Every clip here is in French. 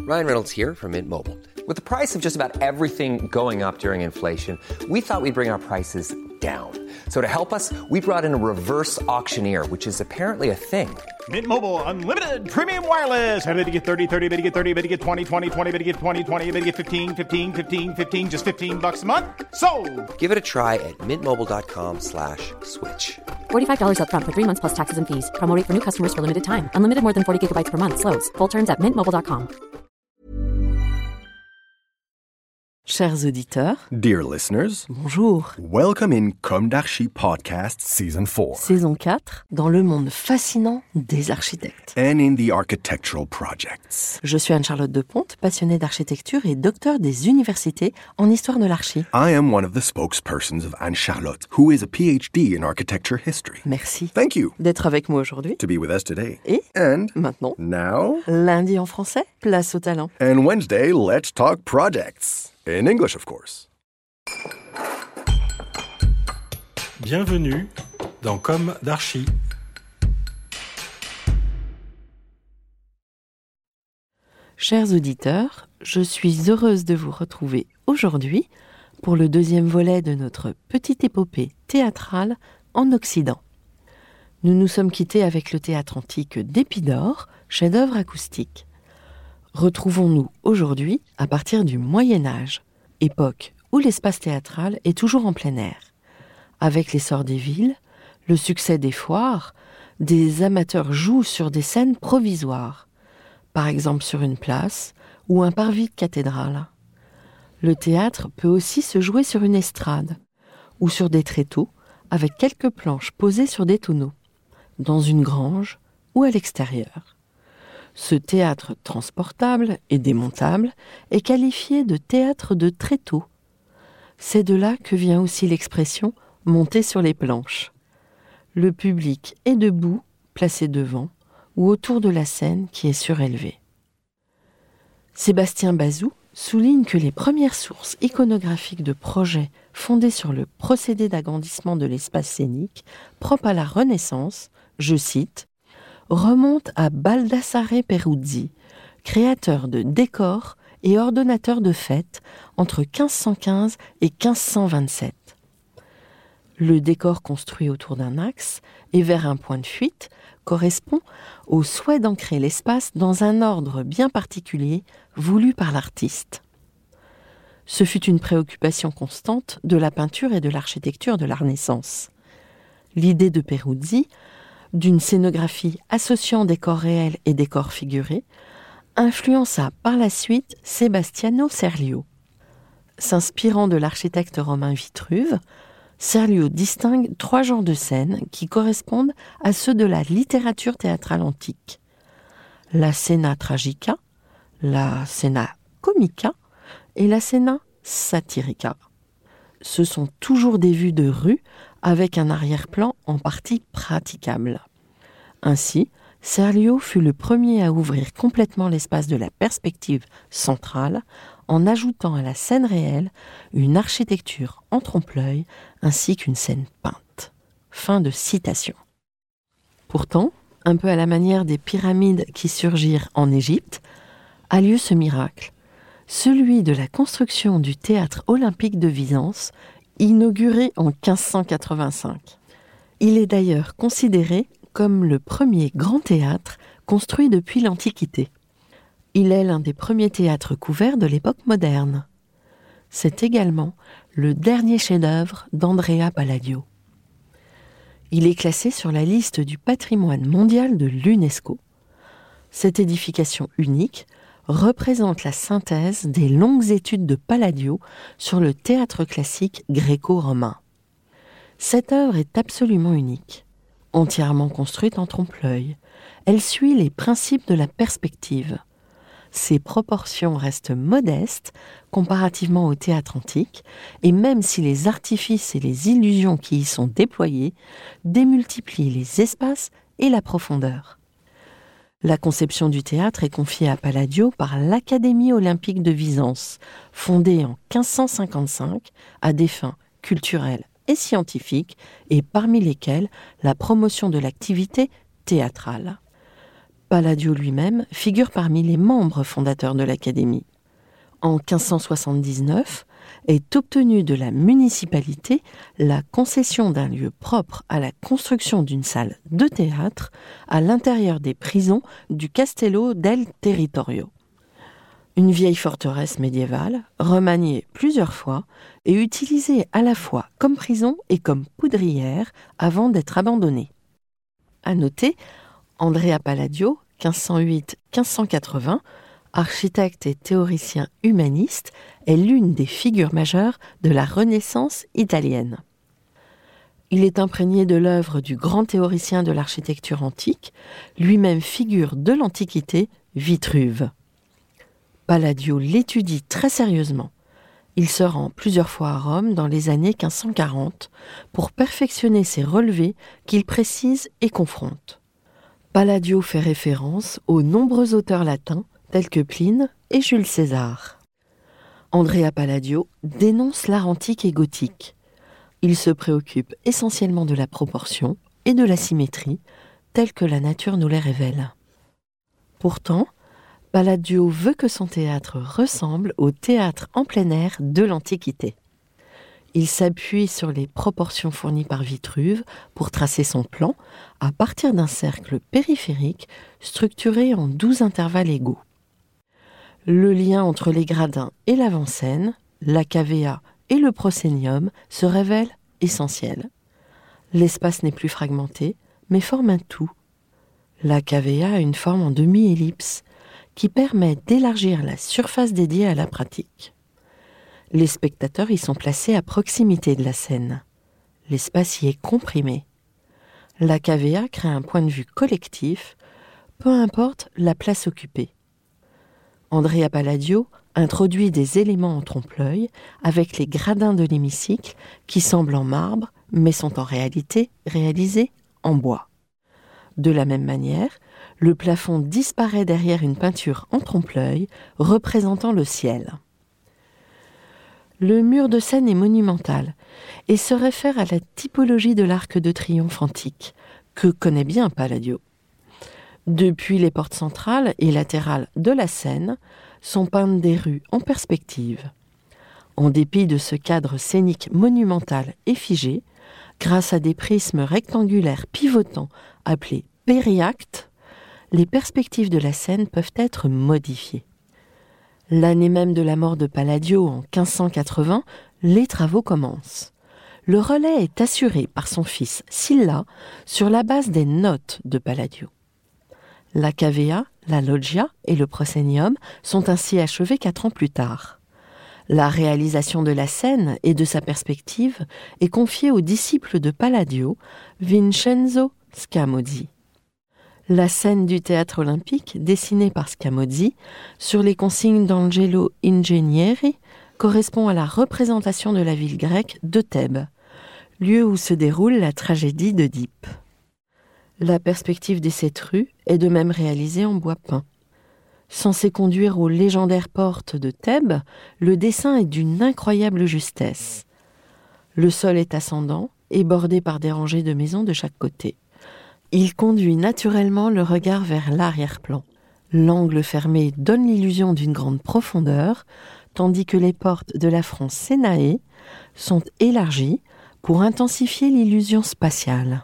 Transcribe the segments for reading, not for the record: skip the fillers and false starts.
Ryan Reynolds here from Mint Mobile. With the price of just about everything going up during inflation, we thought we'd bring our prices down. So to help us, we brought in a reverse auctioneer, which is apparently a thing. Mint Mobile Unlimited Premium Wireless. How to get 30, 30, bit to get 30, bit to get 20, 20, 20, bit to get 20, 20, bit to get 15, 15, 15, 15, just $15 a month? Sold! Give it a try at mintmobile.com/switch. $45 up front for 3 months plus taxes and fees. Promo rate for new customers for limited time. Unlimited more than 40 gigabytes per month. Slows full terms at mintmobile.com. Chers auditeurs, dear listeners, bonjour. Welcome in Comme d'Archi Podcast Season 4. Saison 4, dans le monde fascinant des architectes. And in the architectural projects. Je suis Anne-Charlotte Deponte, passionnée d'architecture et docteur des universités en histoire de l'archi. I am one of the spokespersons of Anne-Charlotte, who is a PhD in architecture history. Merci. Thank you. D'être avec moi aujourd'hui. To be with us today. Et And maintenant, now, lundi en français, place au talent. And Wednesday, let's talk projects. In English, of course. Bienvenue dans Comme d'Archi. Chers auditeurs, je suis heureuse de vous retrouver aujourd'hui pour le deuxième volet de notre petite épopée théâtrale en Occident. Nous nous sommes quittés avec le théâtre antique d'Épidore, chef-d'œuvre acoustique. Retrouvons-nous aujourd'hui à partir du Moyen-Âge, époque où l'espace théâtral est toujours en plein air. Avec l'essor des villes, le succès des foires, des amateurs jouent sur des scènes provisoires, par exemple sur une place ou un parvis de cathédrale. Le théâtre peut aussi se jouer sur une estrade ou sur des tréteaux avec quelques planches posées sur des tonneaux, dans une grange ou à l'extérieur. Ce théâtre transportable et démontable est qualifié de théâtre de tréteau. C'est de là que vient aussi l'expression « monter sur les planches ». Le public est debout, placé devant ou autour de la scène qui est surélevée. Sébastien Bazou souligne que les premières sources iconographiques de projets fondés sur le procédé d'agrandissement de l'espace scénique propre à la Renaissance, je cite, remonte à Baldassare Peruzzi, créateur de décors et ordonnateur de fêtes entre 1515 et 1527. Le décor construit autour d'un axe et vers un point de fuite correspond au souhait d'ancrer l'espace dans un ordre bien particulier voulu par l'artiste. Ce fut une préoccupation constante de la peinture et de l'architecture de la Renaissance. L'idée de Peruzzi d'une scénographie associant décors réels et décors figurés, influença par la suite Sebastiano Serlio. S'inspirant de l'architecte romain Vitruve, Serlio distingue 3 genres de scènes qui correspondent à ceux de la littérature théâtrale antique. La scena tragica, la scena comica et la scena satirica. Ce sont toujours des vues de rue avec un arrière-plan en partie praticable. Ainsi, Serlio fut le premier à ouvrir complètement l'espace de la perspective centrale en ajoutant à la scène réelle une architecture en trompe-l'œil ainsi qu'une scène peinte. Fin de citation. Pourtant, un peu à la manière des pyramides qui surgirent en Égypte, a lieu ce miracle, celui de la construction du théâtre olympique de Byzance, inauguré en 1585. Il est d'ailleurs considéré comme le premier grand théâtre construit depuis l'Antiquité. Il est l'un des premiers théâtres couverts de l'époque moderne. C'est également le dernier chef-d'œuvre d'Andrea Palladio. Il est classé sur la liste du patrimoine mondial de l'UNESCO. Cette édification unique représente la synthèse des longues études de Palladio sur le théâtre classique gréco-romain. Cette œuvre est absolument unique. Entièrement construite en trompe-l'œil, elle suit les principes de la perspective. Ses proportions restent modestes comparativement au théâtre antique, et même si les artifices et les illusions qui y sont déployés démultiplient les espaces et la profondeur. La conception du théâtre est confiée à Palladio par l'Académie olympique de Byzance, fondée en 1555 à des fins culturelles et scientifiques, et parmi lesquelles la promotion de l'activité théâtrale. Palladio lui-même figure parmi les membres fondateurs de l'Académie. En 1579 est obtenue de la municipalité la concession d'un lieu propre à la construction d'une salle de théâtre à l'intérieur des prisons du Castello del Territorio. Une vieille forteresse médiévale, remaniée plusieurs fois et utilisée à la fois comme prison et comme poudrière avant d'être abandonnée. À noter, Andrea Palladio, 1508-1580, architecte et théoricien humaniste, est l'une des figures majeures de la Renaissance italienne. Il est imprégné de l'œuvre du grand théoricien de l'architecture antique, lui-même figure de l'Antiquité, Vitruve. Palladio l'étudie très sérieusement. Il se rend plusieurs fois à Rome dans les années 1540 pour perfectionner ses relevés qu'il précise et confronte. Palladio fait référence aux nombreux auteurs latins tels que Pline et Jules César. Andrea Palladio dénonce l'art antique et gothique. Il se préoccupe essentiellement de la proportion et de la symétrie, telle que la nature nous les révèle. Pourtant, Palladio veut que son théâtre ressemble au théâtre en plein air de l'Antiquité. Il s'appuie sur les proportions fournies par Vitruve pour tracer son plan à partir d'un cercle périphérique structuré en 12 intervalles égaux. Le lien entre les gradins et l'avant-scène, la cavea et le proscenium se révèle essentiel. L'espace n'est plus fragmenté, mais forme un tout. La cavea a une forme en demi-ellipse qui permet d'élargir la surface dédiée à la pratique. Les spectateurs y sont placés à proximité de la scène. L'espace y est comprimé. La cavea crée un point de vue collectif, peu importe la place occupée. Andrea Palladio introduit des éléments en trompe-l'œil avec les gradins de l'hémicycle qui semblent en marbre mais sont en réalité réalisés en bois. De la même manière, le plafond disparaît derrière une peinture en trompe-l'œil représentant le ciel. Le mur de scène est monumental et se réfère à la typologie de l'arc de triomphe antique, que connaît bien Palladio. Depuis les portes centrales et latérales de la scène, sont peintes des rues en perspective. En dépit de ce cadre scénique monumental et figé, grâce à des prismes rectangulaires pivotants appelés périactes, les perspectives de la scène peuvent être modifiées. L'année même de la mort de Palladio en 1580, les travaux commencent. Le relais est assuré par son fils Sylla sur la base des notes de Palladio. La cavea, la loggia et le proscenium sont ainsi achevés 4 ans plus tard. La réalisation de la scène et de sa perspective est confiée au disciple de Palladio, Vincenzo Scamozzi. La scène du théâtre olympique, dessinée par Scamozzi, sur les consignes d'Angelo Ingegneri, correspond à la représentation de la ville grecque de Thèbes, lieu où se déroule la tragédie d'Œdipe. La perspective des 7 rues est de même réalisée en bois peint. Censé conduire aux légendaires portes de Thèbes, le dessin est d'une incroyable justesse. Le sol est ascendant et bordé par des rangées de maisons de chaque côté. Il conduit naturellement le regard vers l'arrière-plan. L'angle fermé donne l'illusion d'une grande profondeur, tandis que les portes de la fronce Sénae sont élargies pour intensifier l'illusion spatiale.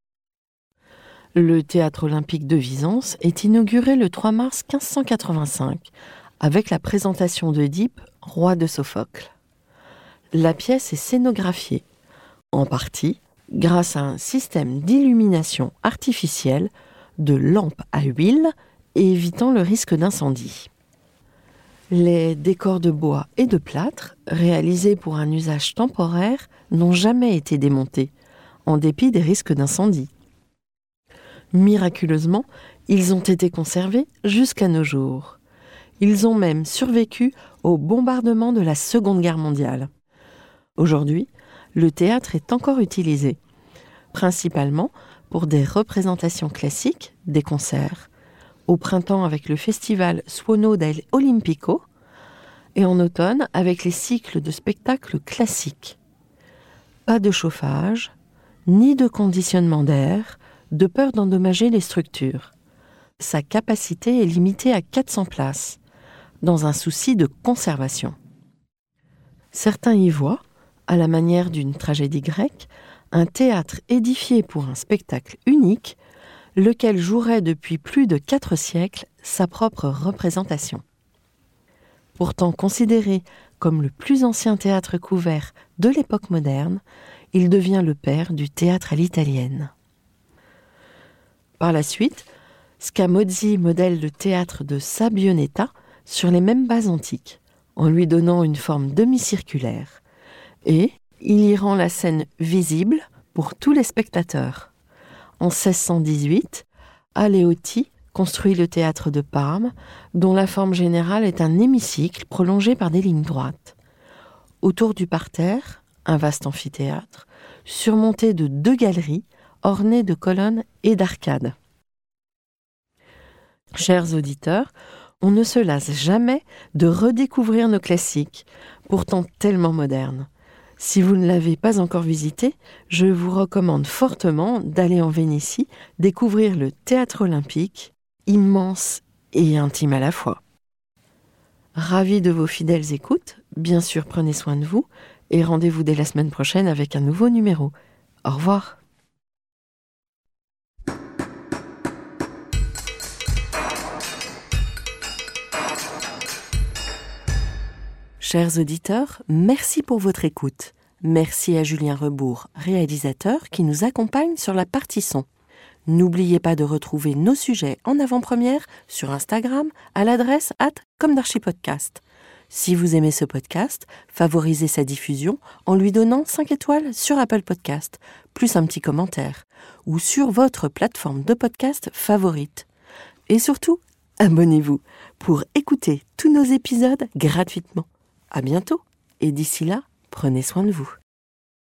Le théâtre olympique de Byzance est inauguré le 3 mars 1585 avec la présentation d'Œdipe, roi de Sophocle. La pièce est scénographiée, en partie grâce à un système d'illumination artificielle de lampes à huile et évitant le risque d'incendie. Les décors de bois et de plâtre, réalisés pour un usage temporaire, n'ont jamais été démontés, en dépit des risques d'incendie. Miraculeusement, ils ont été conservés jusqu'à nos jours. Ils ont même survécu au bombardement de la Seconde Guerre mondiale. Aujourd'hui, le théâtre est encore utilisé, principalement pour des représentations classiques, des concerts, au printemps avec le festival Suono del Olimpico et en automne avec les cycles de spectacles classiques. Pas de chauffage, ni de conditionnement d'air, de peur d'endommager les structures. sa capacité est limitée à 400 places, dans un souci de conservation. Certains y voient, à la manière d'une tragédie grecque, un théâtre édifié pour un spectacle unique, lequel jouerait depuis plus de 4 siècles sa propre représentation. Pourtant considéré comme le plus ancien théâtre couvert de l'époque moderne, il devient le père du théâtre à l'italienne. Par la suite, Scamozzi modèle le théâtre de Sabbioneta sur les mêmes bases antiques, en lui donnant une forme demi-circulaire, et il y rend la scène visible pour tous les spectateurs. En 1618, Aleotti construit le théâtre de Parme, dont la forme générale est un hémicycle prolongé par des lignes droites. Autour du parterre, un vaste amphithéâtre, surmonté de 2 galeries, ornées de colonnes et d'arcades. Chers auditeurs, on ne se lasse jamais de redécouvrir nos classiques, pourtant tellement modernes. Si vous ne l'avez pas encore visité, je vous recommande fortement d'aller en Vénétie découvrir le Théâtre Olympique, immense et intime à la fois. Ravi de vos fidèles écoutes, bien sûr prenez soin de vous et rendez-vous dès la semaine prochaine avec un nouveau numéro. Au revoir. Chers auditeurs, merci pour votre écoute. Merci à Julien Rebourg, réalisateur, qui nous accompagne sur la partie son. N'oubliez pas de retrouver nos sujets en avant-première sur Instagram à l'adresse @comdarchipodcast. Si vous aimez ce podcast, favorisez sa diffusion en lui donnant 5 étoiles sur Apple Podcast, plus un petit commentaire, ou sur votre plateforme de podcast favorite. Et surtout, abonnez-vous pour écouter tous nos épisodes gratuitement. À bientôt, et d'ici là, prenez soin de vous.